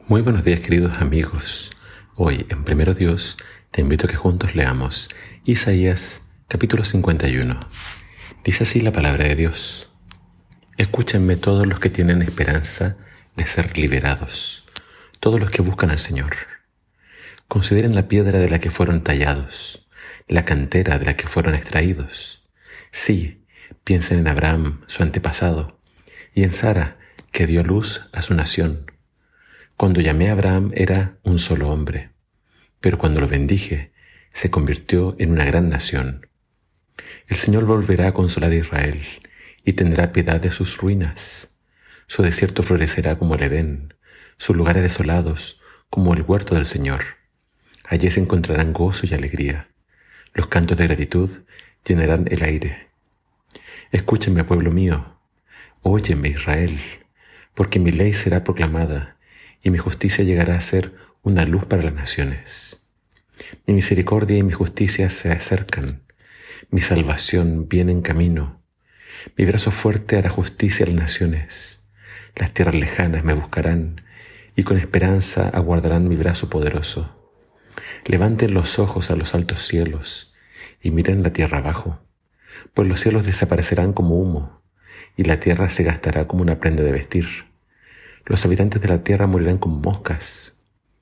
Muy buenos días, queridos amigos. Hoy en Primero Dios te invito a que juntos leamos Isaías capítulo 51. Dice así la palabra de Dios: Escúchenme todos los que tienen esperanza de ser liberados, todos los que buscan al Señor. Consideren la piedra de la que fueron tallados, la cantera de la que fueron extraídos. Sí, piensen en Abraham, su antepasado, y en Sara, que dio luz a su nación. Cuando llamé a Abraham era un solo hombre, pero cuando lo bendije, se convirtió en una gran nación. El Señor volverá a consolar a Israel y tendrá piedad de sus ruinas. Su desierto florecerá como el Edén, sus lugares desolados como el huerto del Señor. Allí se encontrarán gozo y alegría. Los cantos de gratitud llenarán el aire. Escúchenme, pueblo mío, óyeme, Israel, porque mi ley será proclamada y mi justicia llegará a ser una luz para las naciones. Mi misericordia y mi justicia se acercan, mi salvación viene en camino. Mi brazo fuerte hará justicia a las naciones. Las tierras lejanas me buscarán y con esperanza aguardarán mi brazo poderoso. Levanten los ojos a los altos cielos y miren la tierra abajo, pues los cielos desaparecerán como humo y la tierra se gastará como una prenda de vestir. Los habitantes de la tierra morirán como moscas,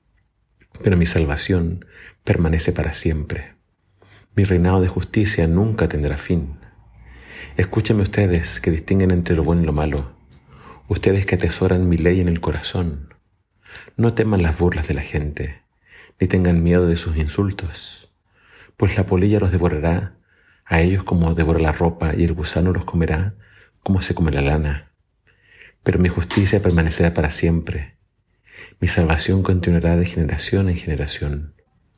pero mi salvación permanece para siempre. Mi reinado de justicia nunca tendrá fin. Escúchenme ustedes que distinguen entre lo bueno y lo malo, ustedes que atesoran mi ley en el corazón. No teman las burlas de la gente, ni tengan miedo de sus insultos, pues la polilla los devorará a ellos como devora la ropa y el gusano los comerá como se come la lana. Pero mi justicia permanecerá para siempre. Mi salvación continuará de generación en generación.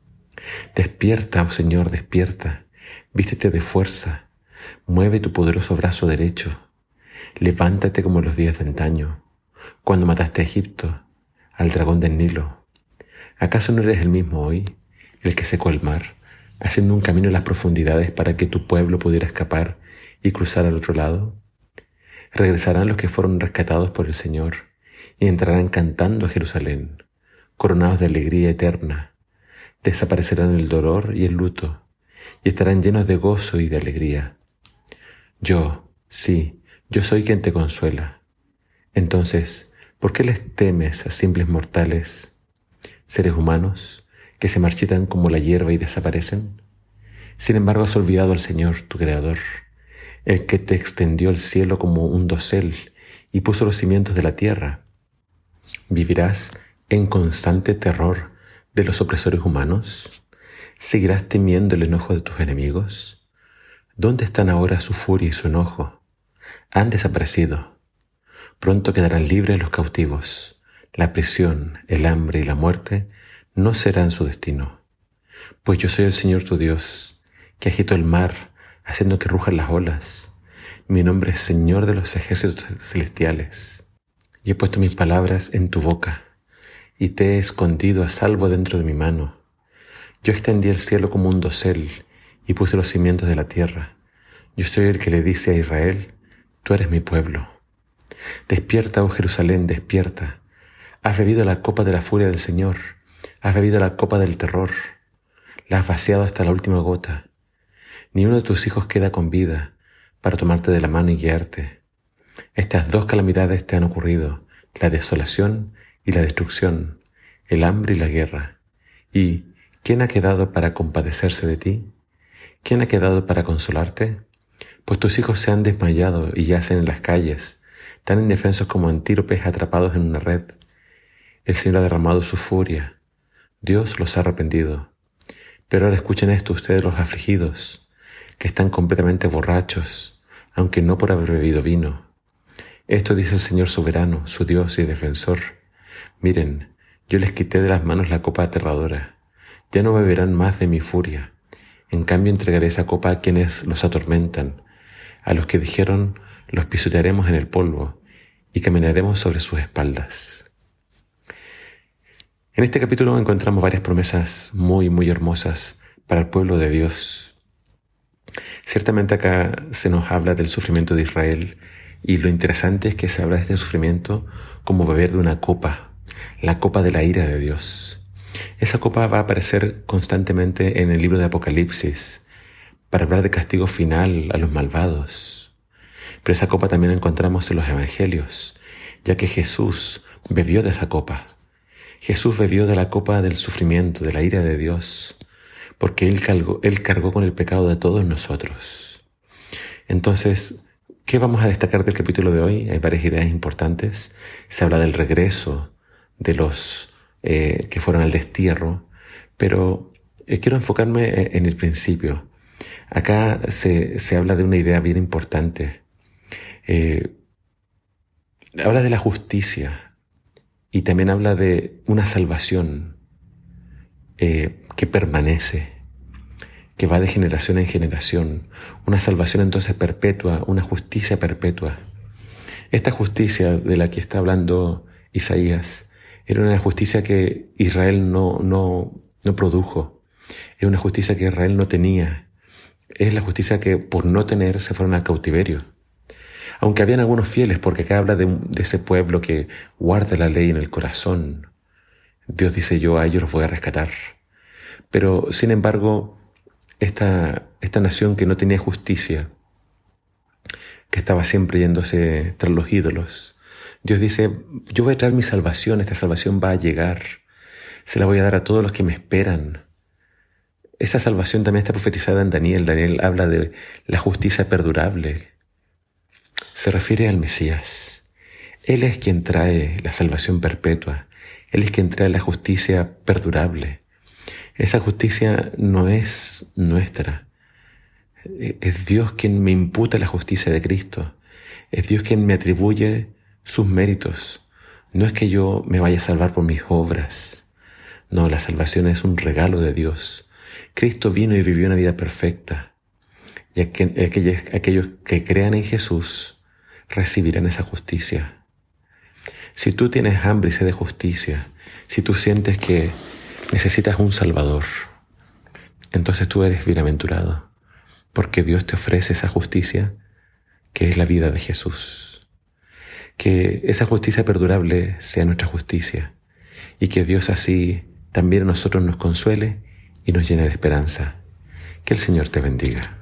Despierta, oh Señor, despierta. Vístete de fuerza. Mueve tu poderoso brazo derecho. Levántate como en los días de antaño, cuando mataste a Egipto, al dragón del Nilo. ¿Acaso no eres el mismo hoy, el que secó el mar, haciendo un camino en las profundidades para que tu pueblo pudiera escapar y cruzar al otro lado? Regresarán los que fueron rescatados por el Señor y entrarán cantando a Jerusalén, coronados de alegría eterna. Desaparecerán el dolor y el luto y estarán llenos de gozo y de alegría. Yo, sí, yo soy quien te consuela. Entonces, ¿por qué les temes a simples mortales, seres humanos que se marchitan como la hierba y desaparecen? Sin embargo, has olvidado al Señor, tu Creador, el que te extendió el cielo como un dosel y puso los cimientos de la tierra. ¿Vivirás en constante terror de los opresores humanos? ¿Seguirás temiendo el enojo de tus enemigos? ¿Dónde están ahora su furia y su enojo? Han desaparecido. Pronto quedarán libres los cautivos. La prisión, el hambre y la muerte no serán su destino. Pues yo soy el Señor tu Dios, que agito el mar, haciendo que rujan las olas. Mi nombre es Señor de los ejércitos celestiales. Y he puesto mis palabras en tu boca, y te he escondido a salvo dentro de mi mano. Yo extendí el cielo como un dosel, y puse los cimientos de la tierra. Yo soy el que le dice a Israel: tú eres mi pueblo. Despierta, oh Jerusalén, despierta. Has bebido la copa de la furia del Señor, has bebido la copa del terror, la has vaciado hasta la última gota. Ni uno de tus hijos queda con vida para tomarte de la mano y guiarte. Estas dos calamidades te han ocurrido, la desolación y la destrucción, el hambre y la guerra. ¿Y quién ha quedado para compadecerse de ti? ¿Quién ha quedado para consolarte? Pues tus hijos se han desmayado y yacen en las calles, tan indefensos como antílopes atrapados en una red. El Señor ha derramado su furia. Dios los ha arrepentido. Pero ahora escuchen esto ustedes los afligidos, que están completamente borrachos, aunque no por haber bebido vino. Esto dice el Señor soberano, su Dios y defensor. Miren, yo les quité de las manos la copa aterradora. Ya no beberán más de mi furia. En cambio entregaré esa copa a quienes los atormentan, a los que dijeron: los pisotearemos en el polvo y caminaremos sobre sus espaldas. En este capítulo encontramos varias promesas muy hermosas para el pueblo de Dios. Ciertamente acá se nos habla del sufrimiento de Israel y lo interesante es que se habla de este sufrimiento como beber de una copa, la copa de la ira de Dios. Esa copa va a aparecer constantemente en el libro de Apocalipsis para hablar de castigo final a los malvados. Pero esa copa también la encontramos en los evangelios, ya que Jesús bebió de esa copa. Jesús bebió de la copa del sufrimiento, de la ira de Dios, porque Él cargó con el pecado de todos nosotros. Entonces, ¿qué vamos a destacar del capítulo de hoy? Hay varias ideas importantes. Se habla del regreso de los que fueron al destierro, pero quiero enfocarme en el principio. Acá se habla de una idea bien importante. Habla de la justicia y también habla de una salvación que permanece, que va de generación en generación. Una salvación entonces perpetua, una justicia perpetua. Esta justicia de la que está hablando Isaías era una justicia que Israel no produjo. Es una justicia que Israel no tenía. Es la justicia que por no tener se fueron al cautiverio. Aunque habían algunos fieles, porque acá habla de ese pueblo que guarda la ley en el corazón. Dios dice: yo a ellos los voy a rescatar. Pero sin embargo, esta nación que no tenía justicia, que estaba siempre yéndose tras los ídolos, Dios dice: yo voy a traer mi salvación, esta salvación va a llegar, se la voy a dar a todos los que me esperan. Esa salvación también está profetizada en Daniel. Daniel habla de la justicia perdurable. Se refiere al Mesías. Él es quien trae la salvación perpetua. Él es quien trae la justicia perdurable. Esa justicia no es nuestra. Es Dios quien me imputa la justicia de Cristo. Es Dios quien me atribuye sus méritos. No es que yo me vaya a salvar por mis obras. No, la salvación es un regalo de Dios. Cristo vino y vivió una vida perfecta. Y aquellos que crean en Jesús recibirán esa justicia. Si tú tienes hambre y sed de justicia, si tú sientes que necesitas un Salvador, entonces tú eres bienaventurado, porque Dios te ofrece esa justicia que es la vida de Jesús. Que esa justicia perdurable sea nuestra justicia y que Dios así también a nosotros nos consuele y nos llene de esperanza. Que el Señor te bendiga.